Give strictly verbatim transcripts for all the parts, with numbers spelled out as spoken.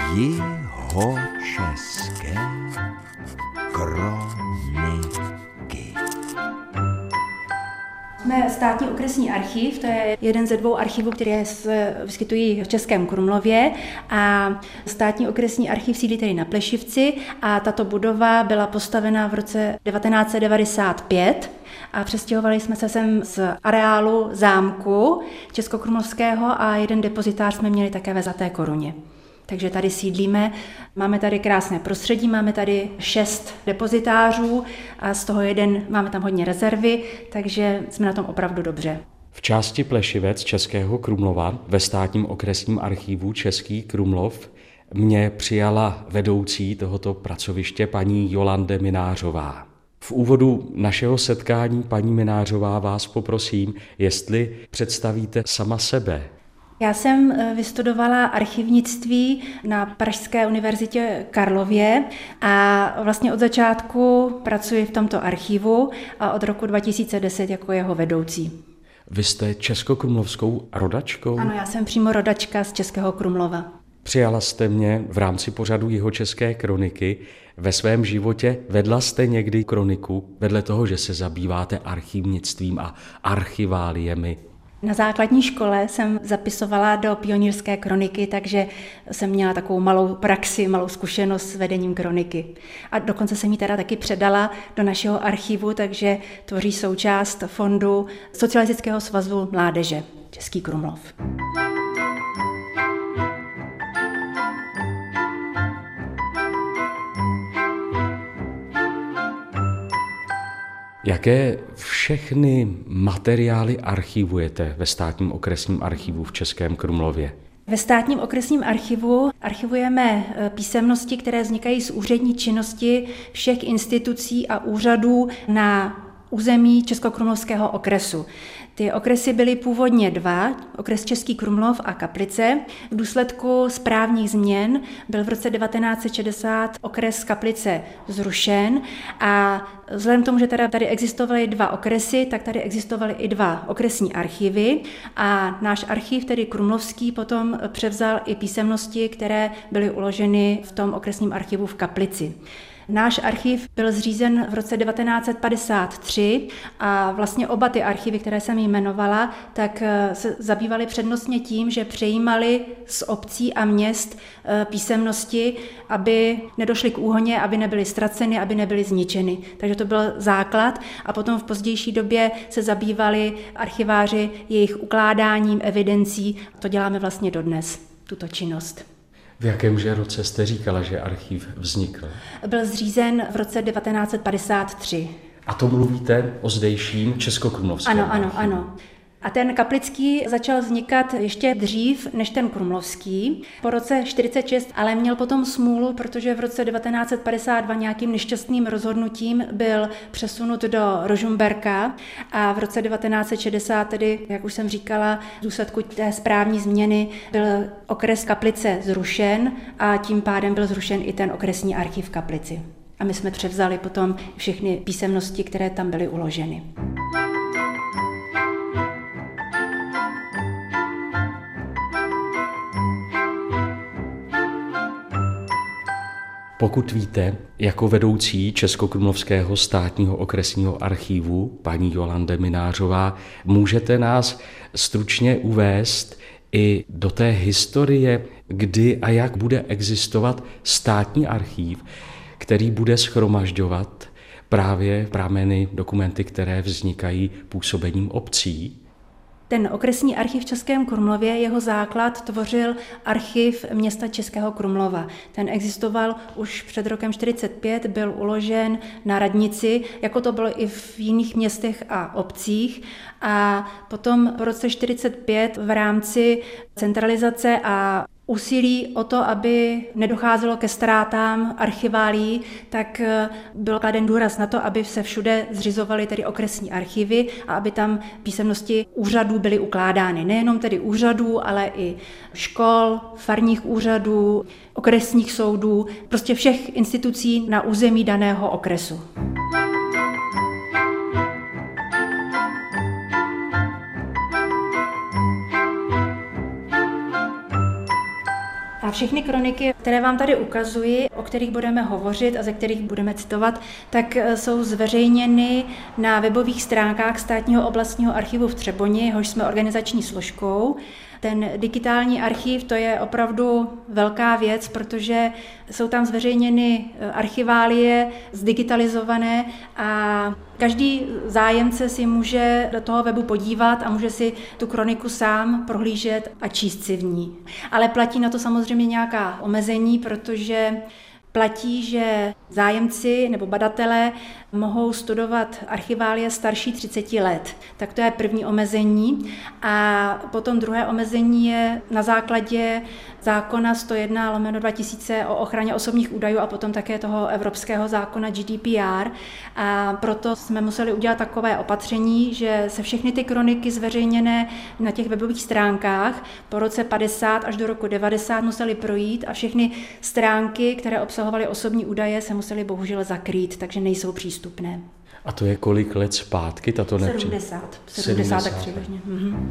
Jihočeské kroniky. Jsme Státní okresní archiv, to je jeden ze dvou archivů, které se vyskytují v Českém Krumlově, a Státní okresní archiv sídlí tedy na Plešivci a tato budova byla postavena v roce devatenáct set devadesát pět a přestěhovali jsme se sem z areálu zámku českokrumlovského a jeden depozitář jsme měli také ve Zlaté Koruně. Takže tady sídlíme, máme tady krásné prostředí, máme tady šest depozitářů a z toho jeden, máme tam hodně rezervy, takže jsme na tom opravdu dobře. V části Plešivec Českého Krumlova ve Státním okresním archivu Český Krumlov mě přijala vedoucí tohoto pracoviště paní Jolande Minářová. V úvodu našeho setkání, paní Minářová, vás poprosím, jestli představíte sama sebe. Já jsem vystudovala archivnictví na Pražské univerzitě Karlově a vlastně od začátku pracuji v tomto archivu a od roku dva tisíce deset jako jeho vedoucí. Vy jste českokrumlovskou rodačkou? Ano, já jsem přímo rodačka z Českého Krumlova. Přijala jste mě v rámci pořadu Jihočeské kroniky. Ve svém životě vedla jste někdy kroniku, vedle toho, že se zabýváte archivnictvím a archiváliemi? Na základní škole jsem zapisovala do pionýrské kroniky, takže jsem měla takovou malou praxi, malou zkušenost s vedením kroniky. A dokonce jsem ji teda taky předala do našeho archivu, takže tvoří součást fondu Socialistického svazu mládeže Český Krumlov. Jaké všechny materiály archivujete ve Státním okresním archivu v Českém Krumlově? Ve Státním okresním archivu archivujeme písemnosti, které vznikají z úřední činnosti všech institucí a úřadů na území Českokrumlovského okresu. Ty okresy byly původně dva, okres Český Krumlov a Kaplice. V důsledku správních změn byl v roce devatenáct set šedesát okres Kaplice zrušen a vzhledem k tomu, že teda tady existovaly dva okresy, tak tady existovaly i dva okresní archivy a náš archiv, tedy krumlovský, potom převzal i písemnosti, které byly uloženy v tom okresním archivu v Kaplici. Náš archiv byl zřízen v roce devatenáct set padesát tři a vlastně oba ty archivy, které jsem jmenovala, tak se zabývaly přednostně tím, že přejímali z obcí a měst písemnosti, aby nedošly k úhoně, aby nebyly ztraceny, aby nebyly zničeny. Takže to byl základ a potom v pozdější době se zabývali archiváři jejich ukládáním, evidencí. To děláme vlastně dodnes, tuto činnost. V jakémže roce jste říkala, že archiv vznikl? Byl zřízen v roce devatenáct set padesát tři. A to mluvíte o zdejším českokrumlovském Ano, ano, archivu. ano. A ten kaplický začal vznikat ještě dřív než ten krumlovský, po roce čtyřicet šest, ale měl potom smůlu, protože v roce devatenáct set padesát dva nějakým nešťastným rozhodnutím byl přesunut do Rožmberka a v roce devatenáct set šedesát, tedy, jak už jsem říkala, v důsledku té správní změny byl okres Kaplice zrušen a tím pádem byl zrušen i ten okresní archiv v Kaplici. A my jsme převzali potom všechny písemnosti, které tam byly uloženy. Pokud víte, jako vedoucí Českokrumlovského státního okresního archivu, paní Jolande Minářová, můžete nás stručně uvést i do té historie, kdy a jak bude existovat státní archiv, který bude shromažďovat právě prameny, dokumenty, které vznikají působením obcí? Ten okresní archiv v Českém Krumlově, jeho základ tvořil archiv města Českého Krumlova. Ten existoval už před rokem čtyřicet pět, byl uložen na radnici, jako to bylo i v jiných městech a obcích. A potom po roce čtyřicet pět v rámci centralizace a úsilí o to, aby nedocházelo ke ztrátám archiválií, tak byl kladen důraz na to, aby se všude zřizovaly tedy okresní archivy a aby tam písemnosti úřadů byly ukládány. Nejenom tedy úřadů, ale i škol, farních úřadů, okresních soudů, prostě všech institucí na území daného okresu. A všechny kroniky, které vám tady ukazuji, o kterých budeme hovořit a ze kterých budeme citovat, tak jsou zveřejněny na webových stránkách Státního oblastního archivu v Třeboni, jehož jsme organizační složkou. Ten digitální archiv, to je opravdu velká věc, protože jsou tam zveřejněny archiválie zdigitalizované a každý zájemce si může do toho webu podívat a může si tu kroniku sám prohlížet a číst si v ní. Ale platí na to samozřejmě nějaká omezení, protože platí, že zájemci nebo badatelé mohou studovat archiválie starší třicet let. Tak to je první omezení. A potom druhé omezení je na základě zákona sto jedna lomeno dva tisíce o ochraně osobních údajů a potom také toho evropského zákona G D P R. A proto jsme museli udělat takové opatření, že se všechny ty kroniky zveřejněné na těch webových stránkách po roce padesát až do roku devadesát museli projít a všechny stránky, které obsahovaly osobní údaje, se musely bohužel zakrýt, takže nejsou přístupné. A to je kolik let zpátky? Tato nepři... sedmdesát. sedmdesát, tak přibližně. Mhm.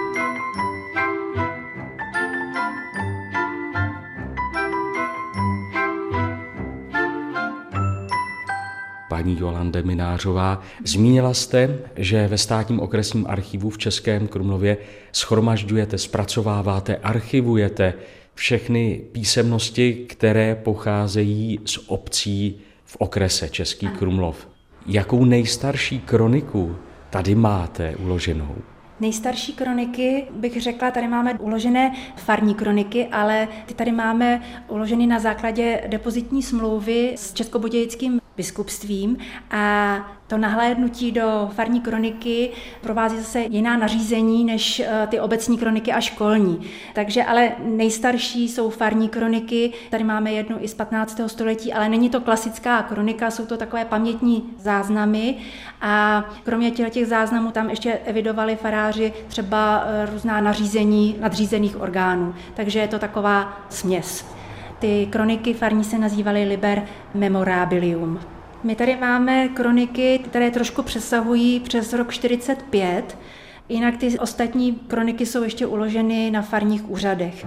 Paní Jolande Minářová, zmínila jste, že ve Státním okresním archivu v Českém Krumlově shromažďujete, zpracováváte, archivujete všechny písemnosti, které pocházejí z obcí v okrese Český Krumlov. Jakou nejstarší kroniku tady máte uloženou? Nejstarší kroniky, bych řekla, tady máme uložené farní kroniky, ale ty tady máme uloženy na základě depozitní smlouvy s Českobudějickým biskupstvím a to nahlédnutí do farní kroniky provází zase jiná nařízení než ty obecní kroniky a školní. Takže ale nejstarší jsou farní kroniky, tady máme jednu i z patnáctého století, ale není to klasická kronika, jsou to takové pamětní záznamy a kromě těch záznamů tam ještě evidovali faráři třeba různá nařízení nadřízených orgánů, takže je to taková směs. Ty kroniky farní se nazývaly Liber Memorabilium. My tady máme kroniky, které trošku přesahují přes rok čtyřicet pět, jinak ty ostatní kroniky jsou ještě uloženy na farních úřadech.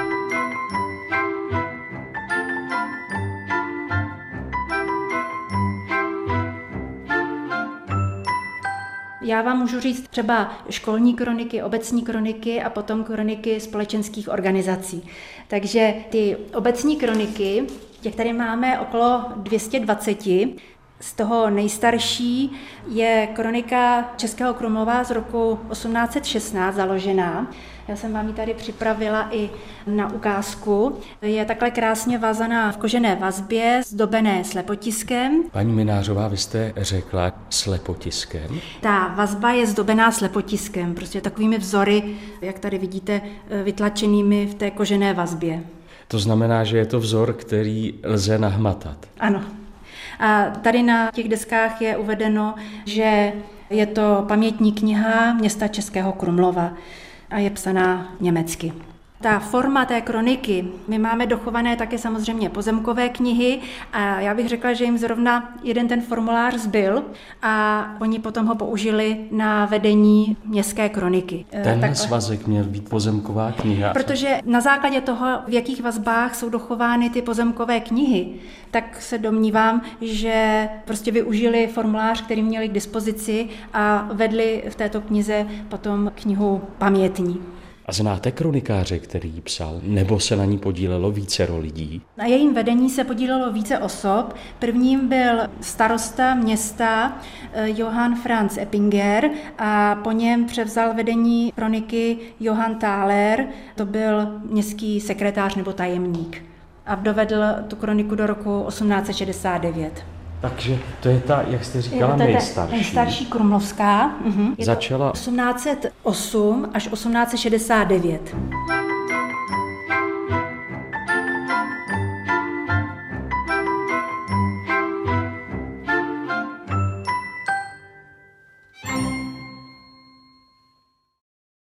Já vám můžu říct třeba školní kroniky, obecní kroniky a potom kroniky společenských organizací. Takže ty obecní kroniky, těch tady máme okolo dvě stě dvacet. Z toho nejstarší je kronika Českého Krumlova z roku osmnáct set šestnáct založená. Já jsem vám ji tady připravila i na ukázku. Je takhle krásně vázaná v kožené vazbě, zdobené slepotiskem. Paní Minářová, vy jste řekla slepotiskem? Ta vazba je zdobená slepotiskem, prostě takovými vzory, jak tady vidíte, vytlačenými v té kožené vazbě. To znamená, že je to vzor, který lze nahmatat. Ano. A tady na těch deskách je uvedeno, že je to pamětní kniha města Českého Krumlova a je psaná německy. Ta forma té kroniky, my máme dochované také samozřejmě pozemkové knihy a já bych řekla, že jim zrovna jeden ten formulář zbyl a oni potom ho použili na vedení městské kroniky. Tenhle tak, svazek měl být pozemková kniha. Protože na základě toho, v jakých vazbách jsou dochovány ty pozemkové knihy, tak se domnívám, že prostě využili formulář, který měli k dispozici a vedli v této knize potom knihu pamětní. A znáte kronikáře, který ji psal, nebo se na ní podílelo vícero lidí? Na jejím vedení se podílelo více osob. Prvním byl starosta města Johann Franz Eppinger a po něm převzal vedení kroniky Johann Thaler, to byl městský sekretář nebo tajemník. A dovedl tu kroniku do roku osmnáct set šedesát devět. Takže to je ta, jak jste říkala, nejstarší. Nejstarší krumlovská. Mhm. Začala osmnáct set osm až osmnáct set šedesát devět.